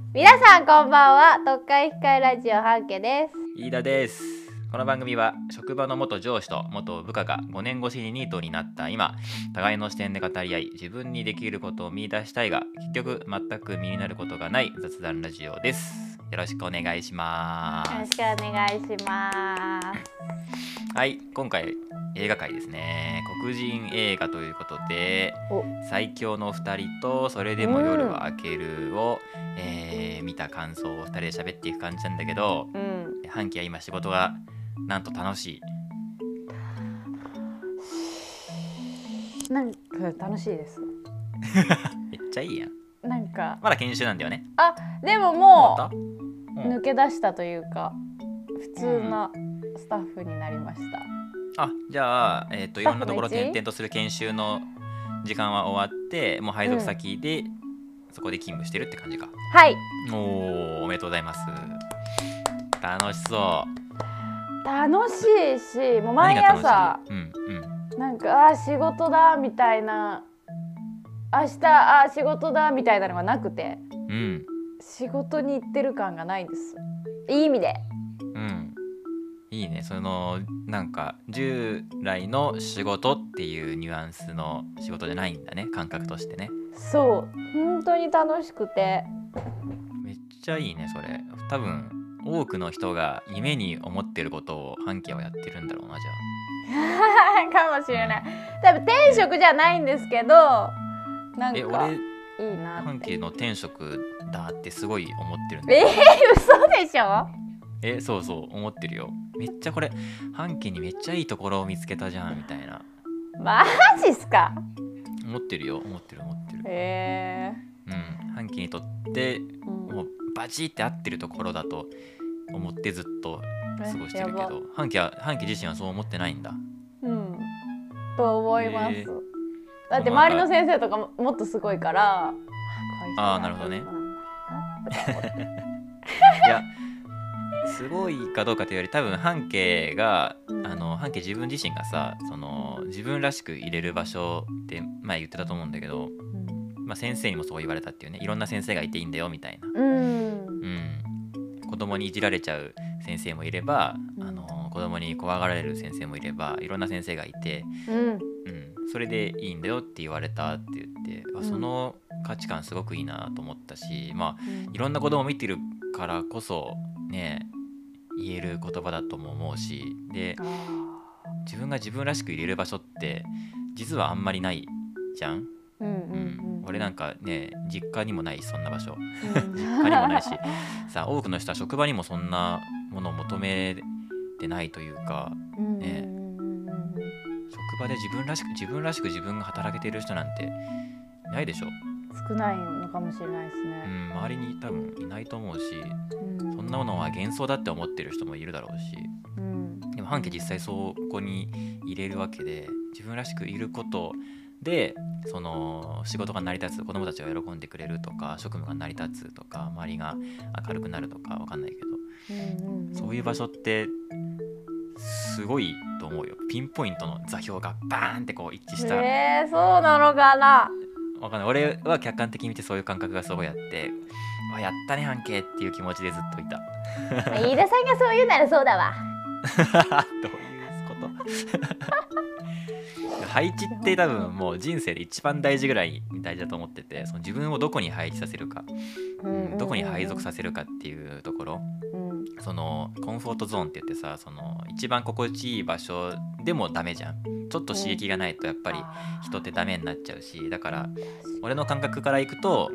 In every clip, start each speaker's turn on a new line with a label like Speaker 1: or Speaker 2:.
Speaker 1: 皆さんこんばんは。特会控えラジオ半家です。
Speaker 2: 飯田です。この番組は職場の元上司と元部下が5年越しにニートになった今、互いの視点で語り合い、自分にできることを見出したいが結局全く身になることがない雑談ラジオです。よろしくお願いします。
Speaker 1: よろしくお願いします。
Speaker 2: はい、今回映画界ですね。黒人映画ということで、最強の2人とそれでも夜は明けるを、見た感想を2人で喋っていく感じなんだけど、半期は今仕事がなんと楽し
Speaker 1: い。なんか楽しいです。
Speaker 2: めっちゃいいやん。
Speaker 1: なんか
Speaker 2: まだ研修なんだよね。
Speaker 1: あ、でももう
Speaker 2: 抜
Speaker 1: 抜け出したというか、普通なスタッフになりました。
Speaker 2: じゃあ、いろんなところ転々とする研修の時間は終わって、もう配属先で、そこで勤務してるって感じか。
Speaker 1: はい。
Speaker 2: おめでとうございます。楽しそう。
Speaker 1: 楽しいし、もう毎朝なんか仕事だみたいな、明日仕事だみたいなのがなくて、仕事に行ってる感がないです。いい意味で。
Speaker 2: いいね。そのなんか従来の仕事っていうニュアンスの仕事じゃないんだね、感覚としてね。
Speaker 1: そう、本当に楽しくて
Speaker 2: めっちゃいいね。それ多分多くの人が夢に思ってることを半家はやってるんだろうな。じゃ
Speaker 1: あかもしれない。多分転職じゃないんですけど、なんか
Speaker 2: 俺
Speaker 1: いいなって。
Speaker 2: 半家の転職だってすごい思ってるんだよ。
Speaker 1: 嘘でしょ。
Speaker 2: そうそう思ってるよ。めっちゃこれ半家にめっちゃいいところを見つけたじゃんみたいな。
Speaker 1: マジっすか。
Speaker 2: 思ってるよ。思ってる。半家にとってもうバチって合ってるところだと思ってずっと過ごしてるけど、半家自身はそう思ってないんだ。
Speaker 1: と思います。だって周りの先生とか もっとすごいから。
Speaker 2: なるほどね。いやすごいかどうかというより、多分半家が、半家自分自身がさ、その自分らしく入れる場所って前言ってたと思うんだけど、先生にもそう言われたっていうね。いろんな先生がいていいんだよみたいな。子供にいじられちゃう先生もいれば、子供に怖がられる先生もいれば、いろんな先生がいて、それでいいんだよって言われたって言って、その価値観すごくいいなと思ったし、いろんな子供見てるからこそね言える言葉だとも思うし、で自分が自分らしく入れる場所って実はあんまりないじゃん。俺なんかね、実家にもないし、そんな場所実家にもないしさ、多くの人は職場にもそんなものを求めてないというかね、職場で自分らしく自分が働けてる人なんていないでしょ。
Speaker 1: 少ないのかもしれないですね。
Speaker 2: 周りに多分いないと思うし、そんなものは幻想だって思ってる人もいるだろうし、でも半家実際そこに入れるわけで、自分らしくいることでその仕事が成り立つ、子供たちが喜んでくれるとか、職務が成り立つとか、周りが明るくなるとかわかんないけど、そういう場所ってすごいと思うよ。ピンポイントの座標がバーンってこう一致した。
Speaker 1: そうなのかな。
Speaker 2: わかんない。俺は客観的に見てそういう感覚がすごいあって、やったね半家っていう気持ちでずっといた。
Speaker 1: 飯田さんがそう言うならそうだわ。
Speaker 2: どういうこと配置って多分もう人生で一番大事ぐらい大事だと思ってて、その自分をどこに配置させるか、どこに配属させるかっていうところ、そのコンフォートゾーンって言ってさ、その一番心地いい場所でもダメじゃん。ちょっと刺激がないとやっぱり人ってダメになっちゃうし、だから俺の感覚からいくと、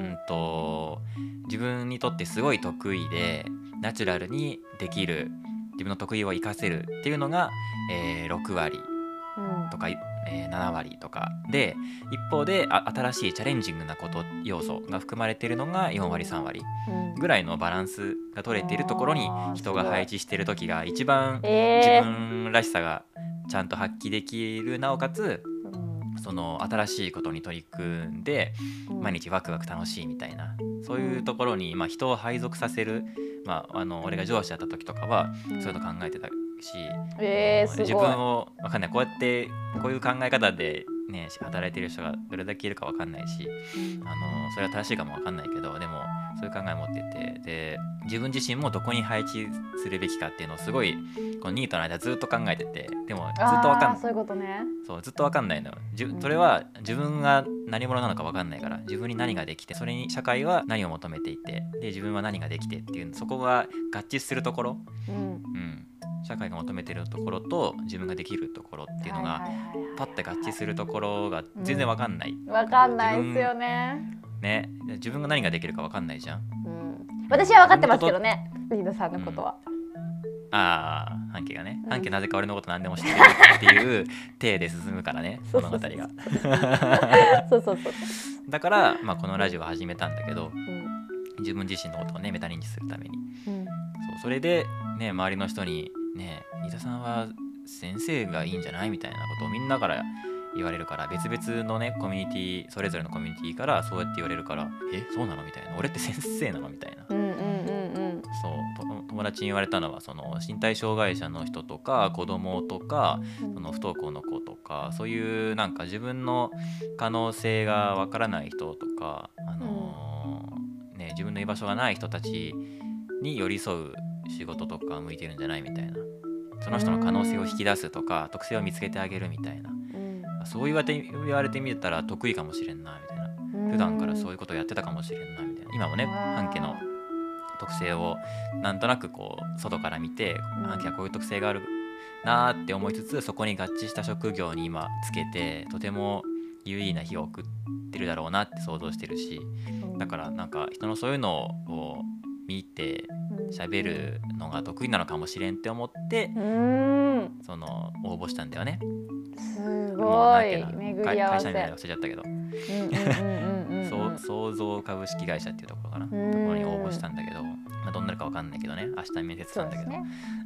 Speaker 2: 自分にとってすごい得意でナチュラルにできる、自分の得意を生かせるっていうのが、6割とか、7割とかで、一方で新しいチャレンジングなこと要素が含まれているのが4割3割ぐらいのバランスが取れているところに人が配置している時が一番自分らしさがちゃんと発揮できる、なおかつその新しいことに取り組んで毎日ワクワク楽しいみたいな、そういうところに、人を配属させる、俺が上司だった時とかはそういうの考えてたし、自分を分かんない、こうやってこういう考え方でね働いてる人がどれだけいるか分かんないし、それは正しいかも分かんないけど、でもそういう考えを持ってて、で自分自身もどこに配置するべきかっていうのをすごいこのニートの間ずっと考えてて、でもずっと分かんない。
Speaker 1: そういうことね。
Speaker 2: そうずっと分かんないのよ。それは自分が何者なのか分かんないから、自分に何ができて、それに社会は何を求めていて、で自分は何ができてっていう、そこが合致するところ、社会が求めてるところと自分ができるところっていうのがパッて合致するところが全然分かんない。
Speaker 1: 分かんないですよね。
Speaker 2: 自分が何ができるか分かんないじゃん。
Speaker 1: 私は分かってますけどね、リーダさんのことは。
Speaker 2: 半径がね、半径なぜか俺のこと何でも知ってるっていう体で進むからね、物語が。
Speaker 1: そう
Speaker 2: だから、このラジオを始めたんだけど、自分自身のことをねメタ認知するために、それでね周りの人にね、飯田さんは先生がいいんじゃないみたいなことをみんなから言われるから、別々のねコミュニティ、それぞれのコミュニティからそうやって言われるから、そうなのみたいな、俺って先生なのみたいな。そう友達に言われたのは、その身体障害者の人とか子供とか、その不登校の子とか、そういうなんか自分の可能性がわからない人とか、自分の居場所がない人たちに寄り添う仕事とか向いてるんじゃないみたいな、その人の可能性を引き出すとか特性を見つけてあげるみたいな、そう言われてみたら得意かもしれんなみたいな、普段からそういうことをやってたかもしれんなみたいな、今もね半家の特性をなんとなくこう外から見て、半家はこういう特性があるなって思いつつ、そこに合致した職業に今つけてとても有意義な日を送ってるだろうなって想像してるし、だからなんか人のそういうのを見て喋るのが得意なのかもしれんって思って、その応募したんだよね。
Speaker 1: すごい巡り合わせ。
Speaker 2: 会社名忘れちゃったけど、創造株式会社っていうところかな、ところに応募したんだけど、どんなるか分かんないけどね、明日面接なんだけど、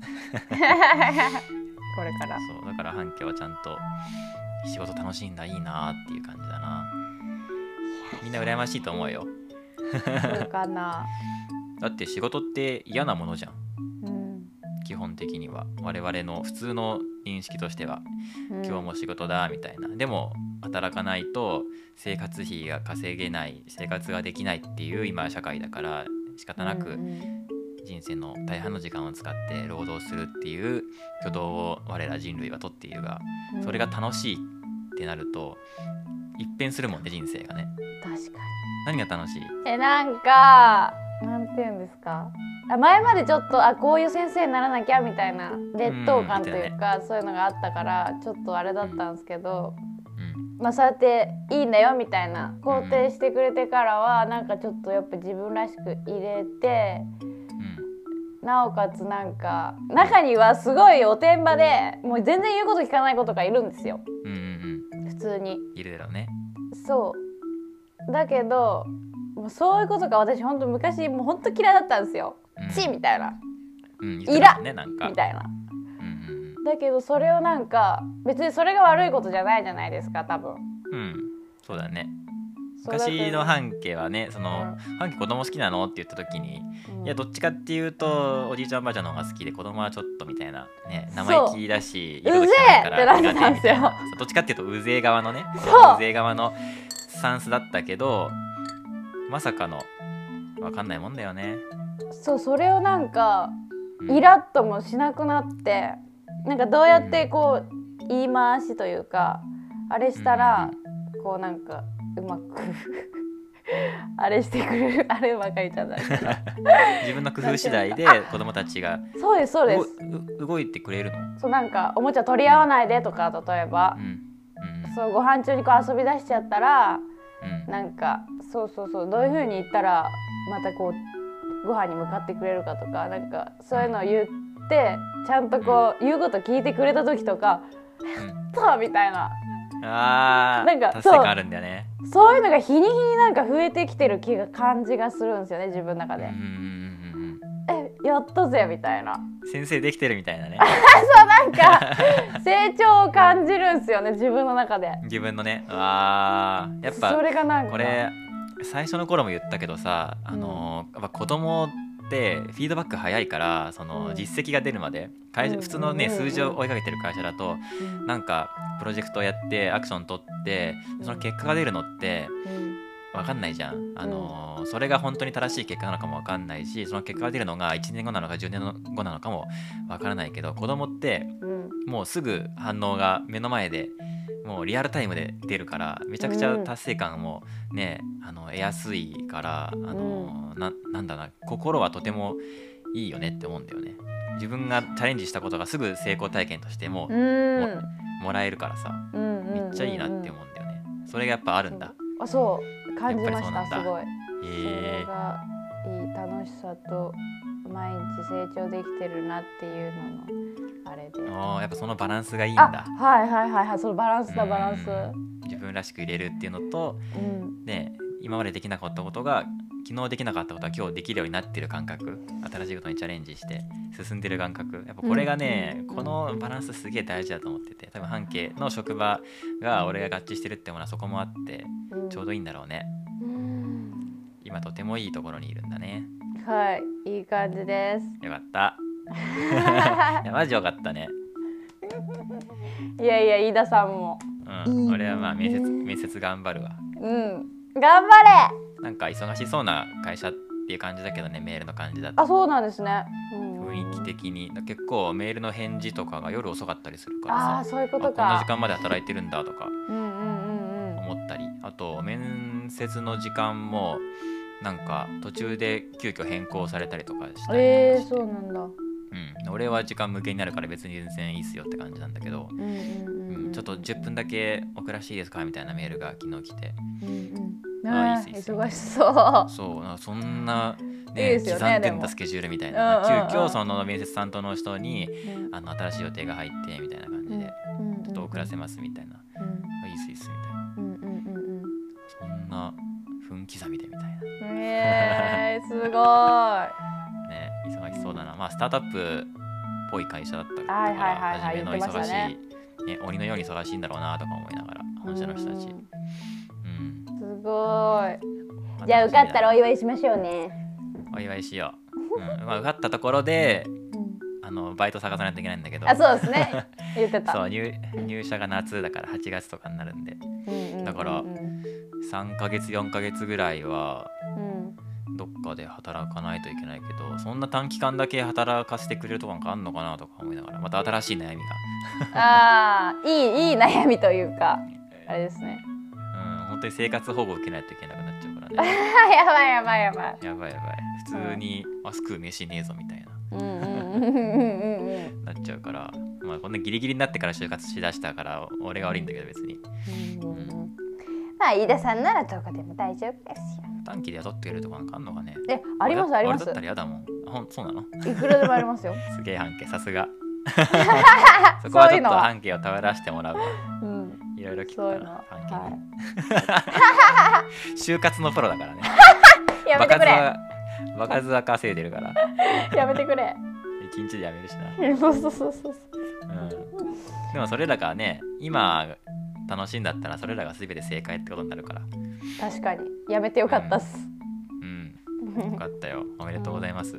Speaker 1: これから
Speaker 2: そうだから半家はちゃんと仕事楽しいんだ、いいなっていう感じだな。みんな羨ましいと思うよ。
Speaker 1: そうかな。
Speaker 2: だって仕事って嫌なものじゃん、基本的には我々の普通の認識としては、今日も仕事だみたいな。でも働かないと生活費が稼げない、生活ができないっていう今社会だから、仕方なく人生の大半の時間を使って労働するっていう挙動を我ら人類はとっているが、それが楽しいってなると一変するもんね、人生がね。
Speaker 1: 確かに。
Speaker 2: 何が楽しい？
Speaker 1: なんかなんていうんですか、前までちょっとこういう先生にならなきゃみたいな劣等感というか、そういうのがあったからちょっとあれだったんですけど、そうやっていいんだよみたいな肯定してくれてからは、なんかちょっとやっぱ自分らしく入れて、なおかつなんか中にはすごいおてんばでもう全然言うこと聞かない子とかいるんですよ、普通に
Speaker 2: いるだろうね。
Speaker 1: そうだけど、もうそういうことが私本当昔もう本当嫌いだったんですよ、チみたいな、イラみたいな、だけどそれをなんか別にそれが悪いことじゃないじゃないですか、多分。
Speaker 2: そうだね。昔の半家はね、その半家子供好きなのって言った時に、いやどっちかっていうとおじいちゃんおばあちゃんの方が好きで、子供はちょっとみたいなね、生意気だし
Speaker 1: うぜえってなってたんですよ。
Speaker 2: どっちかっていうとうぜえ側のね、うぜえ側のスタンスだったけど、まさかの分かんないもんだよね。
Speaker 1: それをなんかイラッともしなくなって、なんかどうやってこう言い回しというかあれしたらこうなんかうまくあれしてくれる、あればかりじゃない
Speaker 2: 自分の工夫次第で子供たちが
Speaker 1: そうです
Speaker 2: 動いてくれるの。
Speaker 1: そう、なんかおもちゃ取り合わないでとか、例えば、そうご飯中にこう遊び出しちゃったら、なんかそうどういう風に言ったらまたこうご飯に向かってくれるかとか、なんかそういうのを言ってちゃんとこう言うこと聞いてくれた時とか、やったみたいな、なんか
Speaker 2: 達成感あるんだよね。
Speaker 1: そういうのが日に日になんか増えてきてる感じがするんですよね、自分の中で。やったぜみたいな、
Speaker 2: 先生できてるみたいなね
Speaker 1: そう、なんか成長を感じるんですよね、自分の中で。
Speaker 2: 自分のね、やっぱ
Speaker 1: それがなんか
Speaker 2: これ最初の頃も言ったけどさ、やっぱ子供ってフィードバック早いから、その実績が出るまで普通のね数字を追いかけてる会社だと、なんかプロジェクトをやってアクション取ってその結果が出るのって分かんないじゃん。それが本当に正しい結果なのかも分かんないし、その結果が出るのが1年後なのか10年後なのかも分からないけど、子供ってもうすぐ反応が目の前でもうリアルタイムで出るから、めちゃくちゃ達成感もね、得やすいから、なんだな、心はとてもいいよねって思うんだよね。自分がチャレンジしたことがすぐ成功体験としてもらえるからさ、めっちゃいいなって思うんだよね。それがやっぱあるんだ。
Speaker 1: そう感じました。すごい。
Speaker 2: そ
Speaker 1: れがいい楽しさと毎日成長できてるなっていうののあれで。
Speaker 2: やっぱそのバランスがいいんだ。
Speaker 1: はい、そのバランスだ、バランス。
Speaker 2: 自分らしく入れるっていうのと、ね、今までできなかったことが昨日できなかったことは今日できるようになってる感覚、新しいことにチャレンジして進んでる感覚、やっぱこれがね、このバランスすげえ大事だと思ってて、多分半径の職場が俺が合致してるってものはそこもあってちょうどいいんだろうね。今とてもいいところにいるんだね。
Speaker 1: はい、いい感じです。
Speaker 2: よかったいやマジよかったね。
Speaker 1: いやいや、飯田さんも、
Speaker 2: 俺はまあ面接頑張るわ。
Speaker 1: 頑張れ。
Speaker 2: なんか忙しそうな会社っていう感じだけどね、メールの感じだと。
Speaker 1: そうなんですね。
Speaker 2: 雰囲気的に結構メールの返事とかが夜遅かったりするからさ、
Speaker 1: そういうことか。
Speaker 2: こんな時間まで働いてるんだとか思ったり、あと面接の時間もなんか途中で急遽変更されたりとかしたりとかして、
Speaker 1: そうなんだ。
Speaker 2: 俺は時間無限になるから別に全然いいっすよって感じなんだけど、ちょっと10分だけ遅らしいですかみたいなメールが昨日来て、
Speaker 1: 忙しそう。
Speaker 2: そんなね、刻んでんだスケジュールみたいな、急遽その面接担当の人に新しい予定が入ってみたいな感じで、ちょっと遅らせますみたいな、いいっすみたいな、そんな分刻みでみたいな。
Speaker 1: すごい
Speaker 2: ね、忙しそうだな。まあスタートアップっぽい会社だったから初めの忙しい、ね、鬼のように忙しいんだろうなとか思いながら、本社の人たち、
Speaker 1: すごい。じゃあ受かったらお祝いしましょうね。
Speaker 2: お祝いしよう。受かったところでバイト探さないといけないんだけど。
Speaker 1: そうですね、言ってた。
Speaker 2: そう、入社が夏だから8月とかになるんで、だから3ヶ月4ヶ月ぐらいはどっかで働かないといけないけど、そんな短期間だけ働かせてくれるとこなんかあんのかなとか思いながら、また新しい悩み
Speaker 1: がいい悩みというかあれですね。
Speaker 2: 本当に生活保護受けないといけなくなっちゃうからね。
Speaker 1: やばい
Speaker 2: 普通に食う飯ねえぞみたいななっちゃうから、まあこんなギリギリになってから就活しだしたから俺が悪いんだけど別に。
Speaker 1: まあ飯田さんならどこでも大丈夫ですよ。
Speaker 2: 短期で雇ってくれるとこなんかあんのかね。
Speaker 1: ありますあります。
Speaker 2: 俺だったら嫌だもん。そうなの？
Speaker 1: いくらでもありますよ。
Speaker 2: すげえ半径、さすが。そこはちょっと半径を頼らせてもらうわ。いろいろ聞くから半径に。就活のプロだからね。
Speaker 1: やめてくれ。
Speaker 2: 場数は稼いでるから。
Speaker 1: やめてくれ。
Speaker 2: 一日でやめるしな。
Speaker 1: そう。
Speaker 2: でもそれらがね、今楽しいんだったらそれらが全て正解ってことになるから。
Speaker 1: 確かにやめてよかったっす。
Speaker 2: よかったよ。おめでとうございます。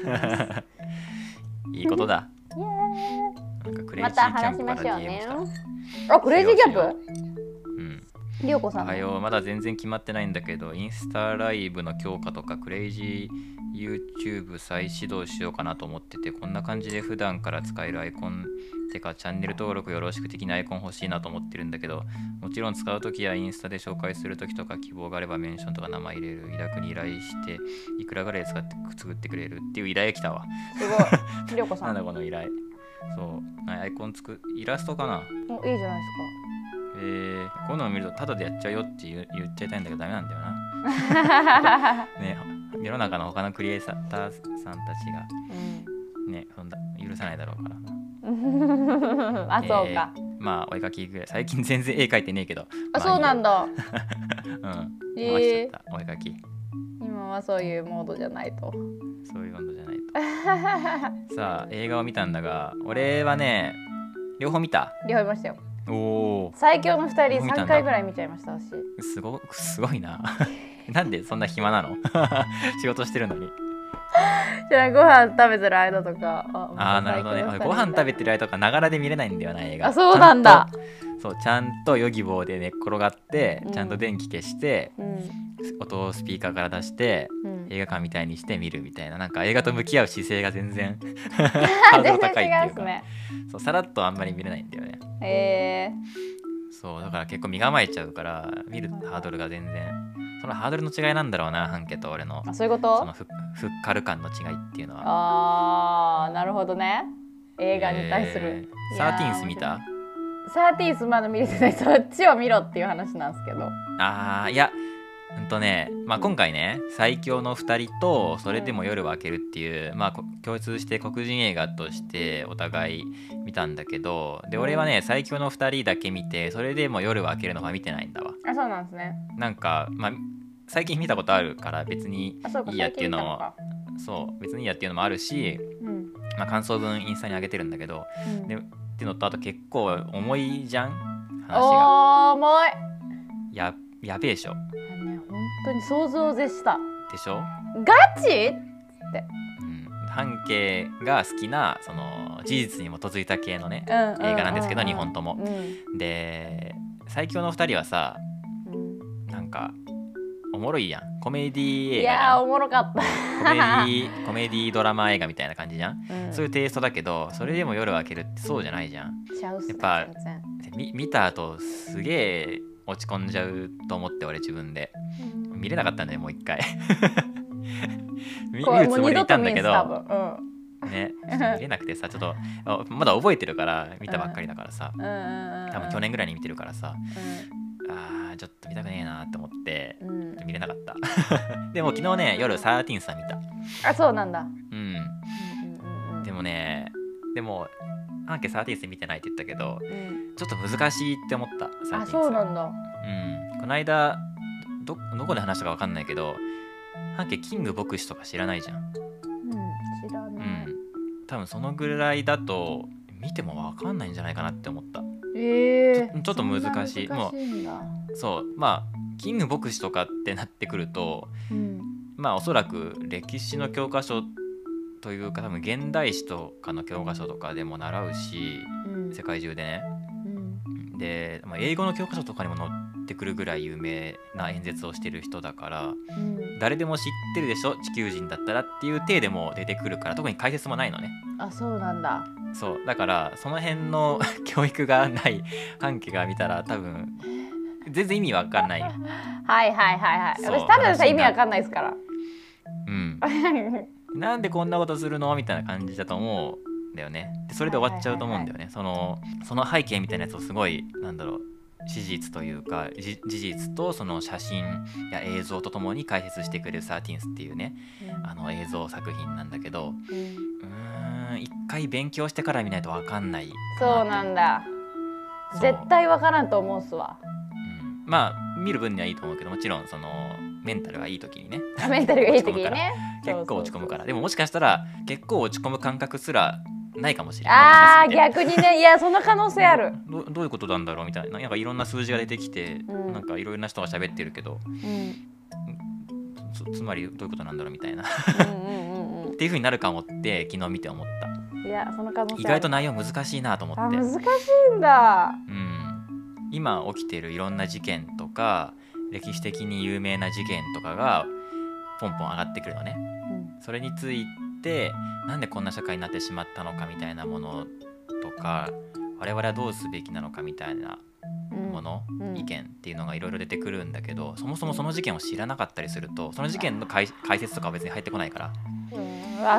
Speaker 2: いいことだ。なんかクレイジーキャンプから DM 来た。
Speaker 1: クレイジーキャンプ？りょうこさん。
Speaker 2: まだ全然決まってないんだけど、インスタライブの強化とかクレイジー YouTube 再始動しようかなと思ってて、こんな感じで普段から使えるアイコンてかチャンネル登録よろしく的なアイコン欲しいなと思ってるんだけど、もちろん使うときやインスタで紹介するときとか希望があればメンションとか名前入れる、イラクに依頼していくらぐらいで作ってくれるっていう依頼が来たわ。
Speaker 1: すごい。りょうこさん。
Speaker 2: なんだこの依頼。そう、アイコンイラストかな。
Speaker 1: いいじゃないですか。
Speaker 2: こういうのを見るとタダでやっちゃうよって言っちゃいたいんだけどダメなんだよな。ね、世の中の他のクリエイターさんたちが、ね、そんな許さないだろうからな。
Speaker 1: そうか。
Speaker 2: まあお絵描きぐらい、最近全然絵描いてねえけど。
Speaker 1: そうなんだ。
Speaker 2: 回しちゃった、お絵描き。
Speaker 1: 今はそういうモードじゃないと。
Speaker 2: そういうモードじゃないと。さあ映画を見たんだが、俺はね両方見た。
Speaker 1: 両方見ましたよ。最強の2人3回ぐらい見ちゃいましたし。
Speaker 2: すごいな。なんでそんな暇なの？仕事してるのに。
Speaker 1: じゃあご飯食べてる間とか。
Speaker 2: なるほどね。ご飯食べてる間とかながらで見れないんだよな、映画。
Speaker 1: そうなんだ。
Speaker 2: そうちゃんとヨギボーで寝っ転がって、ちゃんと電気消して、音をスピーカーから出して、映画館みたいにして見るみたいな、なんか映画と向き合う姿勢が全然ハードル高いっていうか、そうさらっとあんまり見れないんだよね。そうだから結構身構えちゃうから、見るハードルが全然、そのハードルの違いなんだろうな、半家と俺の。
Speaker 1: そういうこと？
Speaker 2: そのフッカル感の違いっていうのは。
Speaker 1: なるほどね。映画に対する。
Speaker 2: サーティーンス見た？
Speaker 1: サーティーンスまだ見れてない。そっちを見ろっていう話なんですけど。
Speaker 2: いや今回ね、最強の2人とそれでも夜は明けるっていう、共通して黒人映画としてお互い見たんだけど、で俺はね最強の2人だけ見て、それでも夜は明けるのは見てないんだわ。
Speaker 1: そうなんですね。
Speaker 2: なんか最近見たことあるから別にいいやっていうのも、そう別にいいやっていうのもあるし、感想文インスタに上げてるんだけど、でっていうのと、あと結構重いじゃん話が。
Speaker 1: 重い。
Speaker 2: やべえでしょ。
Speaker 1: 本当に想像を絶した
Speaker 2: でしょ。
Speaker 1: ガチって、
Speaker 2: 半家が好きなその事実に基づいた系のね、映画なんですけど、2本とも、で最強の2人はさ、なんかおもろいやん、コメディ映画。い
Speaker 1: やおもろかった。
Speaker 2: コメディドラマ映画みたいな感じじゃん、そういうテイストだけど、それでも夜は明けるってそうじゃないじゃん。やっぱ見た後すげえ落ち込んじゃうと思って、俺自分で見れなかったんだよ、もう一回見るつもりでいたんだけどね、見れなくてさ、ちょっとまだ覚えてるから、見たばっかりだからさ、多分去年ぐらいに見てるからさ、ちょっと見たくねえなって思って、見れなかったでも昨日ね、夜サーティーンさん見た。
Speaker 1: そうなんだ。
Speaker 2: でも半家サーティーンス見てないって言ったけど、ちょっと難しいって思った。サーティーンス。
Speaker 1: そうなんだ。
Speaker 2: この間どこで話したか分かんないけど、半家キング牧師とか知らないじゃん。
Speaker 1: 知らない。
Speaker 2: 多分そのぐらいだと見ても分かんないんじゃないかなって思った。ちょっと難しい。もうそうキング牧師とかってなってくると、おそらく歴史の教科書というか、多分現代史とかの教科書とかでも習うし、世界中でね、で英語の教科書とかにも載ってくるぐらい有名な演説をしてる人だから、誰でも知ってるでしょ、地球人だったらっていう体でも出てくるから、特に解説もないのね。
Speaker 1: そうなんだ。
Speaker 2: そうだからその辺の教育がない半家が見たら多分全然意味わかんない。
Speaker 1: 私多分さ、意味わかんないですから。
Speaker 2: なんでこんなことするのみたいな感じだと思うんだよね。でそれで終わっちゃうと思うんだよね。その背景みたいなやつをすごい、史実というか事実とその写真や映像とともに解説してくれるサーティーンスっていうね、映像作品なんだけど、一回勉強してから見ないと分かんない。
Speaker 1: そうなんだ。絶対分からんと思うっすわ。
Speaker 2: 見る分にはいいと思うけど、もちろんそのメンタルがいい時にね、
Speaker 1: メンタルがいい時にね、
Speaker 2: 結構落ち込むから。でももしかしたら結構落ち込む感覚すらないかもしれない。
Speaker 1: 逆にね。いや、その可能性ある。
Speaker 2: どういうことなんだろうみたいな、なんかいろんな数字が出てきて、なんかいろんな人が喋ってるけど、つまりどういうことなんだろうみたいなっていう風になるかもって昨日見て思った。
Speaker 1: いや、その可能性ある。
Speaker 2: 意外と内容難しいなと思って。
Speaker 1: 難しいんだ。
Speaker 2: 今起きてるいろんな事件とか、歴史的に有名な事件とかがポンポン上がってくるのね。それについてなんでこんな社会になってしまったのかみたいなものとか、我々はどうすべきなのかみたいなもの、意見っていうのがいろいろ出てくるんだけど、そもそもその事件を知らなかったりすると、その事件の解説とかは別に入ってこないから。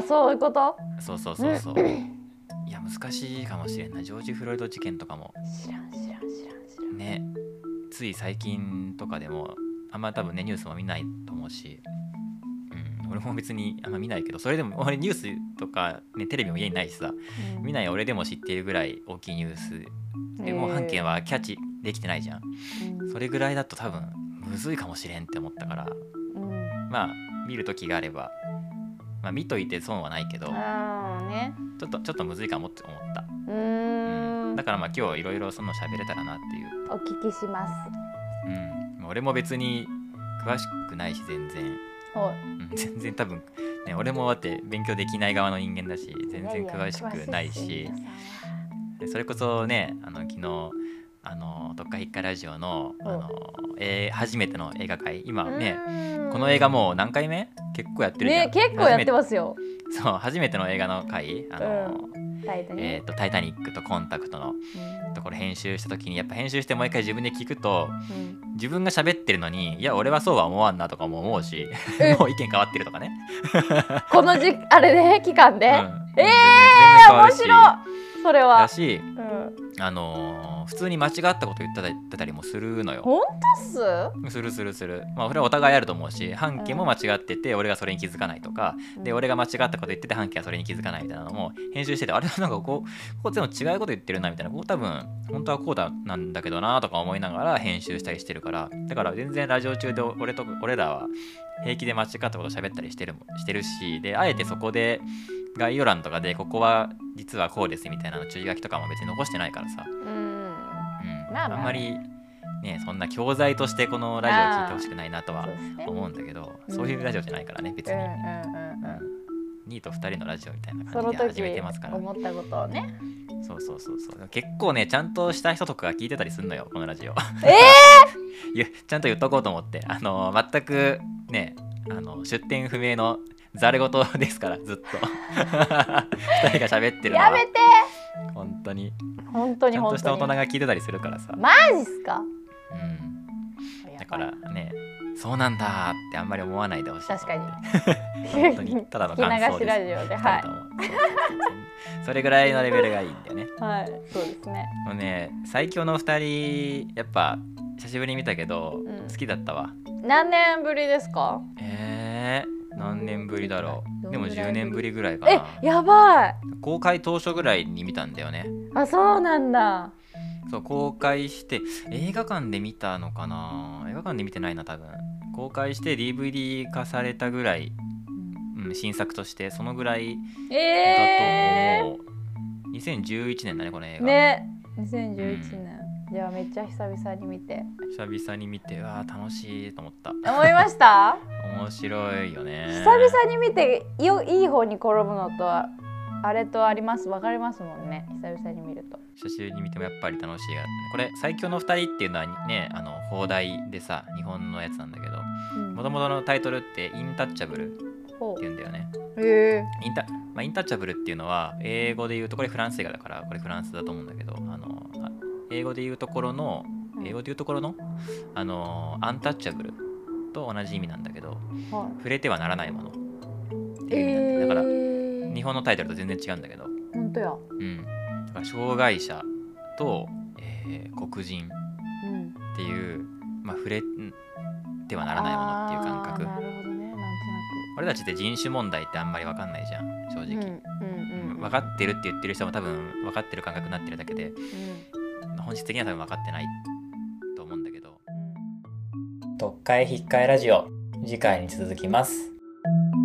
Speaker 1: そういうこと。
Speaker 2: そういや難しいかもしれない。ジョージ・フロイド事件とかも
Speaker 1: 知らん
Speaker 2: ね、つい最近とかでもあんま多分ねニュースも見ないと思うし、俺も別にあんま見ないけど、それでも俺ニュースとか、ね、テレビも家にないしさ、見ない俺でも知っているぐらい大きいニュースでも半径はキャッチできてないじゃん。それぐらいだと多分むずいかもしれんって思ったから、見る時があれば、見といて損はないけど、ちょっとむずいかもって思った。だから今日いろいろその喋れたらなっていう。
Speaker 1: お聞きします。
Speaker 2: 俺も別に詳しくないし全然多分ね、俺もだって勉強できない側の人間だし、全然詳しくないし、それこそね昨日特化引っかラジオの、初めての映画会、今ねこの映画もう何回目結構やってるじゃん、
Speaker 1: ね、結構やってますよ。
Speaker 2: そう初めての映画の回タイタニックとコンタクトのところ編集した時にやっぱ編集してもう一回自分で聞くと、自分が喋ってるのにいや俺はそうは思わんなとかも思うしもう意見変わってるとかね
Speaker 1: このあれで期間で、面白いそれは
Speaker 2: だし、普通に間違ったこと言ってたりもするのよ。
Speaker 1: 本当っす？
Speaker 2: する。まあそれはお互いあると思うし、半径も間違ってて俺がそれに気づかないとか、で俺が間違ったこと言ってて半径はそれに気づかないみたいなのも編集してて、あれなんかこう全部違うこと言ってるなみたいな、多分本当はこうだなんだけどなとか思いながら編集したりしてるから、だから全然ラジオ中で俺らは平気で間違ったこと喋ったりしてるし、であえてそこで概要欄とかでここは実はこうですみたいな注意書きとかも別に残してないからさ、あんまりねそんな教材としてこのラジオを聞いてほしくないなとは思うんだけど、そういうラジオじゃないからね別に、2位と2人のラジオみたいな感じで始めてますから、
Speaker 1: 思ったことをね、
Speaker 2: そう結構ねちゃんとした人とかが聞いてたりすんのよこのラジオちゃんと言っとこうと思って、全くね出典不明のざれ言ですから、ずっと2人が喋ってるのは
Speaker 1: やめて
Speaker 2: 本当に
Speaker 1: ちゃ
Speaker 2: んとした大人が聞いてたりするからさ、
Speaker 1: マジっすか？
Speaker 2: だからねそうなんだってあんまり思わないでほしい。
Speaker 1: 確かに
Speaker 2: 本当にただの感想です。
Speaker 1: 聞き流しラジオで、
Speaker 2: それぐらいのレベルがいいんだよね。
Speaker 1: はい、そうですね。
Speaker 2: もうね最強の2人やっぱ久しぶりに見たけど、好きだったわ。
Speaker 1: 何年ぶりですか？
Speaker 2: 何年ぶりだろう。でも10年ぶりぐらいかな。
Speaker 1: やばい。
Speaker 2: 公開当初ぐらいに見たんだよね。
Speaker 1: あ、そうなんだ。
Speaker 2: そう公開して映画館で見たのかな。映画館で見てないな多分。公開して DVD 化されたぐらい、新作としてそのぐらいだと思う。2011年だねこの映画。
Speaker 1: ね、2011年。じゃあめっちゃ久々に見て
Speaker 2: わー楽しいと思った。
Speaker 1: 思いました？
Speaker 2: 面白いよね。
Speaker 1: 久々に見ていい方に転ぶのとあれとあります、分かりますもんね。久々に見ると
Speaker 2: 久しぶりに見てもやっぱり楽しいが、これ最強の2人っていうのはね邦題でさ日本のやつなんだけど、もともとのタイトルってインタッチャブルっていうんだよね。インタッチャブルっていうのは英語で言うと、これフランス映画だからこれフランスだと思うんだけど、英語で言うところのアンタッチャブルと同じ意味なんだけど、触れてはならないものっていう意味なんだ。だから日本のタイトルと全然違うんだけど、
Speaker 1: 本当や。
Speaker 2: だから障害者と、黒人っていう、触れてはならないものっていう感覚。
Speaker 1: なるほどね。なんとなく
Speaker 2: 俺たちって人種問題ってあんまり分かんないじゃん正直。分かってるって言ってる人も多分分かってる感覚になってるだけで、本質的には多分分かってないと思うんだけど。読解引っかえラジオ、次回に続きます。